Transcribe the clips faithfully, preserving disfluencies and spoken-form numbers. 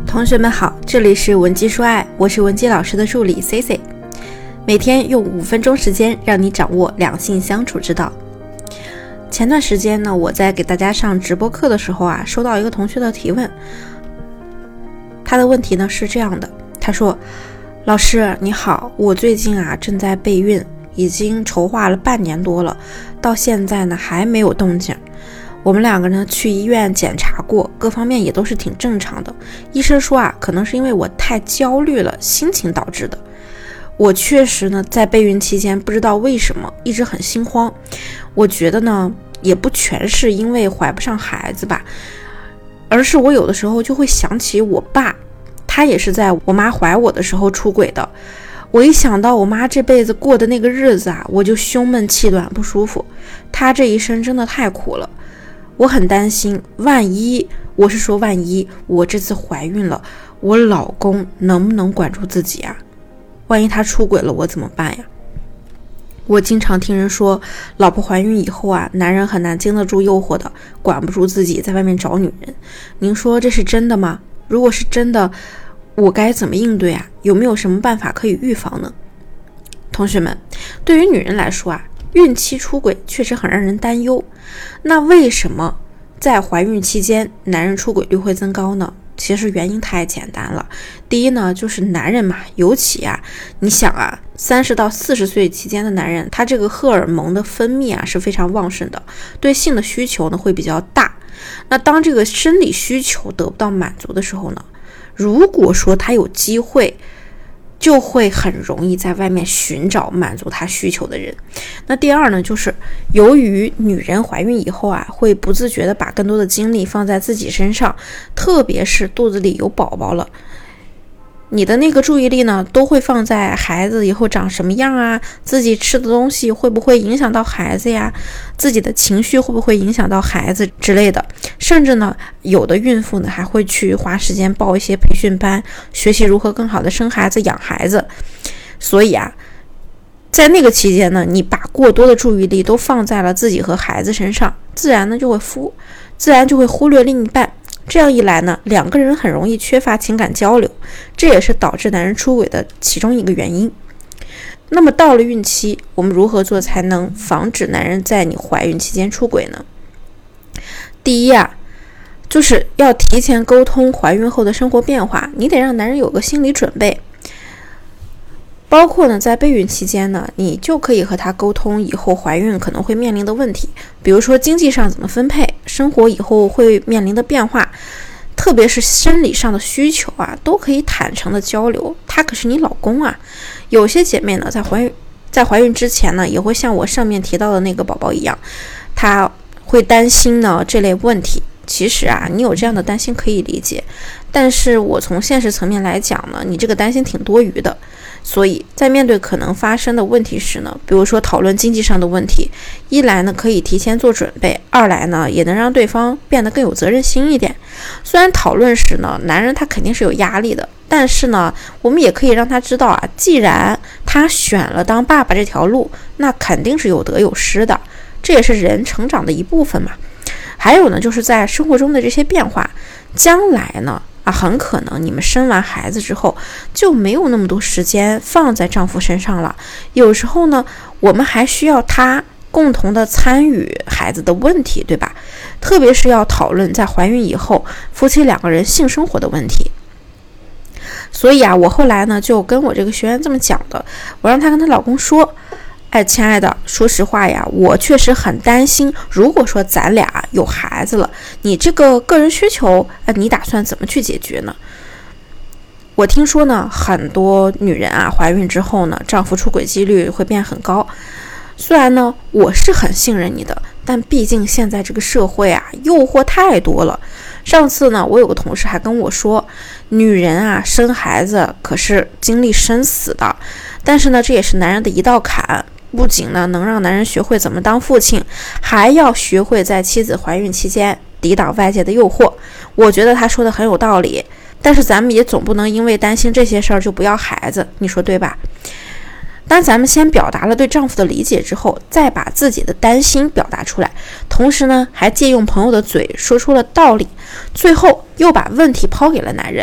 同学们好，这里是文姬说爱，我是文姬老师的助理 C C， 每天用五分钟时间让你掌握两性相处之道。前段时间呢，我在给大家上直播课的时候啊，收到一个同学的提问。他的问题呢是这样的，他说：老师你好，我最近啊正在备孕，已经筹划了半年多了，到现在呢还没有动静。我们两个呢去医院检查过，各方面也都是挺正常的。医生说啊，可能是因为我太焦虑了，心情导致的。我确实呢在备孕期间不知道为什么一直很心慌，我觉得呢也不全是因为怀不上孩子吧，而是我有的时候就会想起我爸，他也是在我妈怀我的时候出轨的。我一想到我妈这辈子过的那个日子啊，我就胸闷气短不舒服。她这一生真的太苦了，我很担心，万一我是说万一我这次怀孕了，我老公能不能管住自己啊？万一他出轨了，我怎么办呀？我经常听人说，老婆怀孕以后啊，男人很难经得住诱惑的，管不住自己，在外面找女人。您说这是真的吗？如果是真的，我该怎么应对啊？有没有什么办法可以预防呢？同学们，对于女人来说啊，孕期出轨确实很让人担忧。那为什么在怀孕期间男人出轨率会增高呢？其实原因太简单了。第一呢，就是男人嘛，尤其啊，你想啊，三十到四十岁期间的男人，他这个荷尔蒙的分泌啊是非常旺盛的，对性的需求呢会比较大。那当这个生理需求得不到满足的时候呢，如果说他有机会，就会很容易在外面寻找满足他需求的人。那第二呢，就是由于女人怀孕以后啊，会不自觉的把更多的精力放在自己身上，特别是肚子里有宝宝了，你的那个注意力呢，都会放在孩子以后长什么样啊，自己吃的东西会不会影响到孩子呀，自己的情绪会不会影响到孩子之类的。甚至呢，有的孕妇呢还会去花时间报一些培训班，学习如何更好的生孩子养孩子。所以啊，在那个期间呢，你把过多的注意力都放在了自己和孩子身上，自然呢就会忽自然就会忽略另一半。这样一来呢，两个人很容易缺乏情感交流，这也是导致男人出轨的其中一个原因。那么到了孕期，我们如何做才能防止男人在你怀孕期间出轨呢？第一啊，就是要提前沟通怀孕后的生活变化，你得让男人有个心理准备。包括呢，在备孕期间呢，你就可以和他沟通以后怀孕可能会面临的问题，比如说经济上怎么分配，生活以后会面临的变化，特别是生理上的需求啊，都可以坦诚的交流。他可是你老公啊。有些姐妹呢，在怀孕在怀孕之前呢，也会像我上面提到的那个宝宝一样，她会担心呢这类问题。其实啊，你有这样的担心可以理解，但是我从现实层面来讲呢，你这个担心挺多余的。所以在面对可能发生的问题时呢，比如说讨论经济上的问题，一来呢可以提前做准备，二来呢也能让对方变得更有责任心一点。虽然讨论时呢，男人他肯定是有压力的，但是呢，我们也可以让他知道啊，既然他选了当爸爸这条路，那肯定是有得有失的，这也是人成长的一部分嘛。还有呢，就是在生活中的这些变化，将来呢啊，很可能你们生完孩子之后就没有那么多时间放在丈夫身上了。有时候呢，我们还需要他共同的参与孩子的问题，对吧？特别是要讨论在怀孕以后夫妻两个人性生活的问题。所以啊，我后来呢就跟我这个学员这么讲的，我让她跟她老公说，哎，亲爱的，说实话呀，我确实很担心，如果说咱俩有孩子了，你这个个人需求，哎，你打算怎么去解决呢？我听说呢，很多女人啊，怀孕之后呢，丈夫出轨几率会变很高。虽然呢，我是很信任你的，但毕竟现在这个社会啊，诱惑太多了。上次呢，我有个同事还跟我说，女人啊，生孩子可是经历生死的，但是呢，这也是男人的一道坎。不仅呢能让男人学会怎么当父亲，还要学会在妻子怀孕期间抵挡外界的诱惑。我觉得他说的很有道理，但是咱们也总不能因为担心这些事儿就不要孩子，你说对吧？当咱们先表达了对丈夫的理解之后，再把自己的担心表达出来，同时呢还借用朋友的嘴说出了道理，最后又把问题抛给了男人，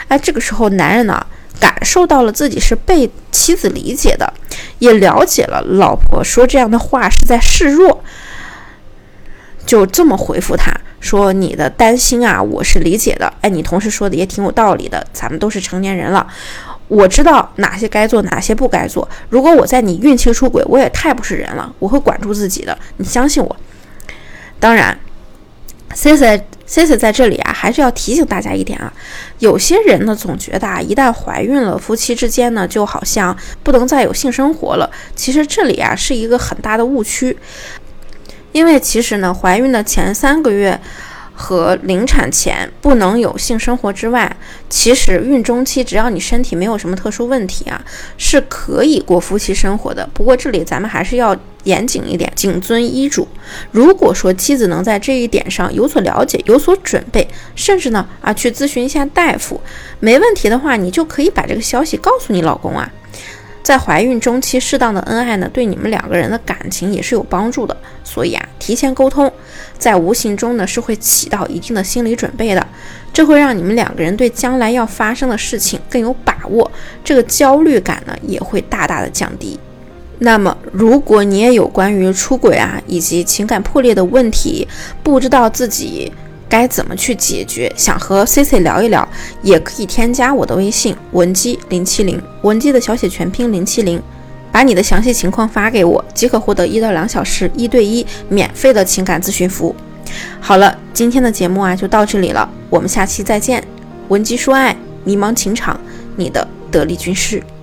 哎，这个时候男人呢感受到了自己是被妻子理解的，也了解了老婆说这样的话是在示弱，就这么回复他说，你的担心啊我是理解的，哎，你同事说的也挺有道理的，咱们都是成年人了，我知道哪些该做哪些不该做，如果我在你孕期出轨，我也太不是人了，我会管住自己的，你相信我。当然 C C C C 在这里啊还是要提醒大家一点啊，有些人呢总觉得啊一旦怀孕了，夫妻之间呢就好像不能再有性生活了，其实这里啊是一个很大的误区。因为其实呢怀孕的前三个月和临产前不能有性生活之外，其实孕中期只要你身体没有什么特殊问题啊，是可以过夫妻生活的。不过这里咱们还是要严谨一点，谨遵医嘱。如果说妻子能在这一点上有所了解，有所准备，甚至呢啊去咨询一下大夫，没问题的话，你就可以把这个消息告诉你老公啊。在怀孕中期适当的恩爱呢，对你们两个人的感情也是有帮助的，所以啊，提前沟通，在无形中呢是会起到一定的心理准备的，这会让你们两个人对将来要发生的事情更有把握，这个焦虑感呢也会大大的降低。那么如果你也有关于出轨啊以及情感破裂的问题，不知道自己该怎么去解决，想和 C C 聊一聊，也可以添加我的微信文姬零七零，文姬的小写全拼零七零，把你的详细情况发给我，即可获得一到两小时一对一免费的情感咨询服务。好了，今天的节目啊就到这里了，我们下期再见。文姬说爱，迷茫情场，你的得力军师。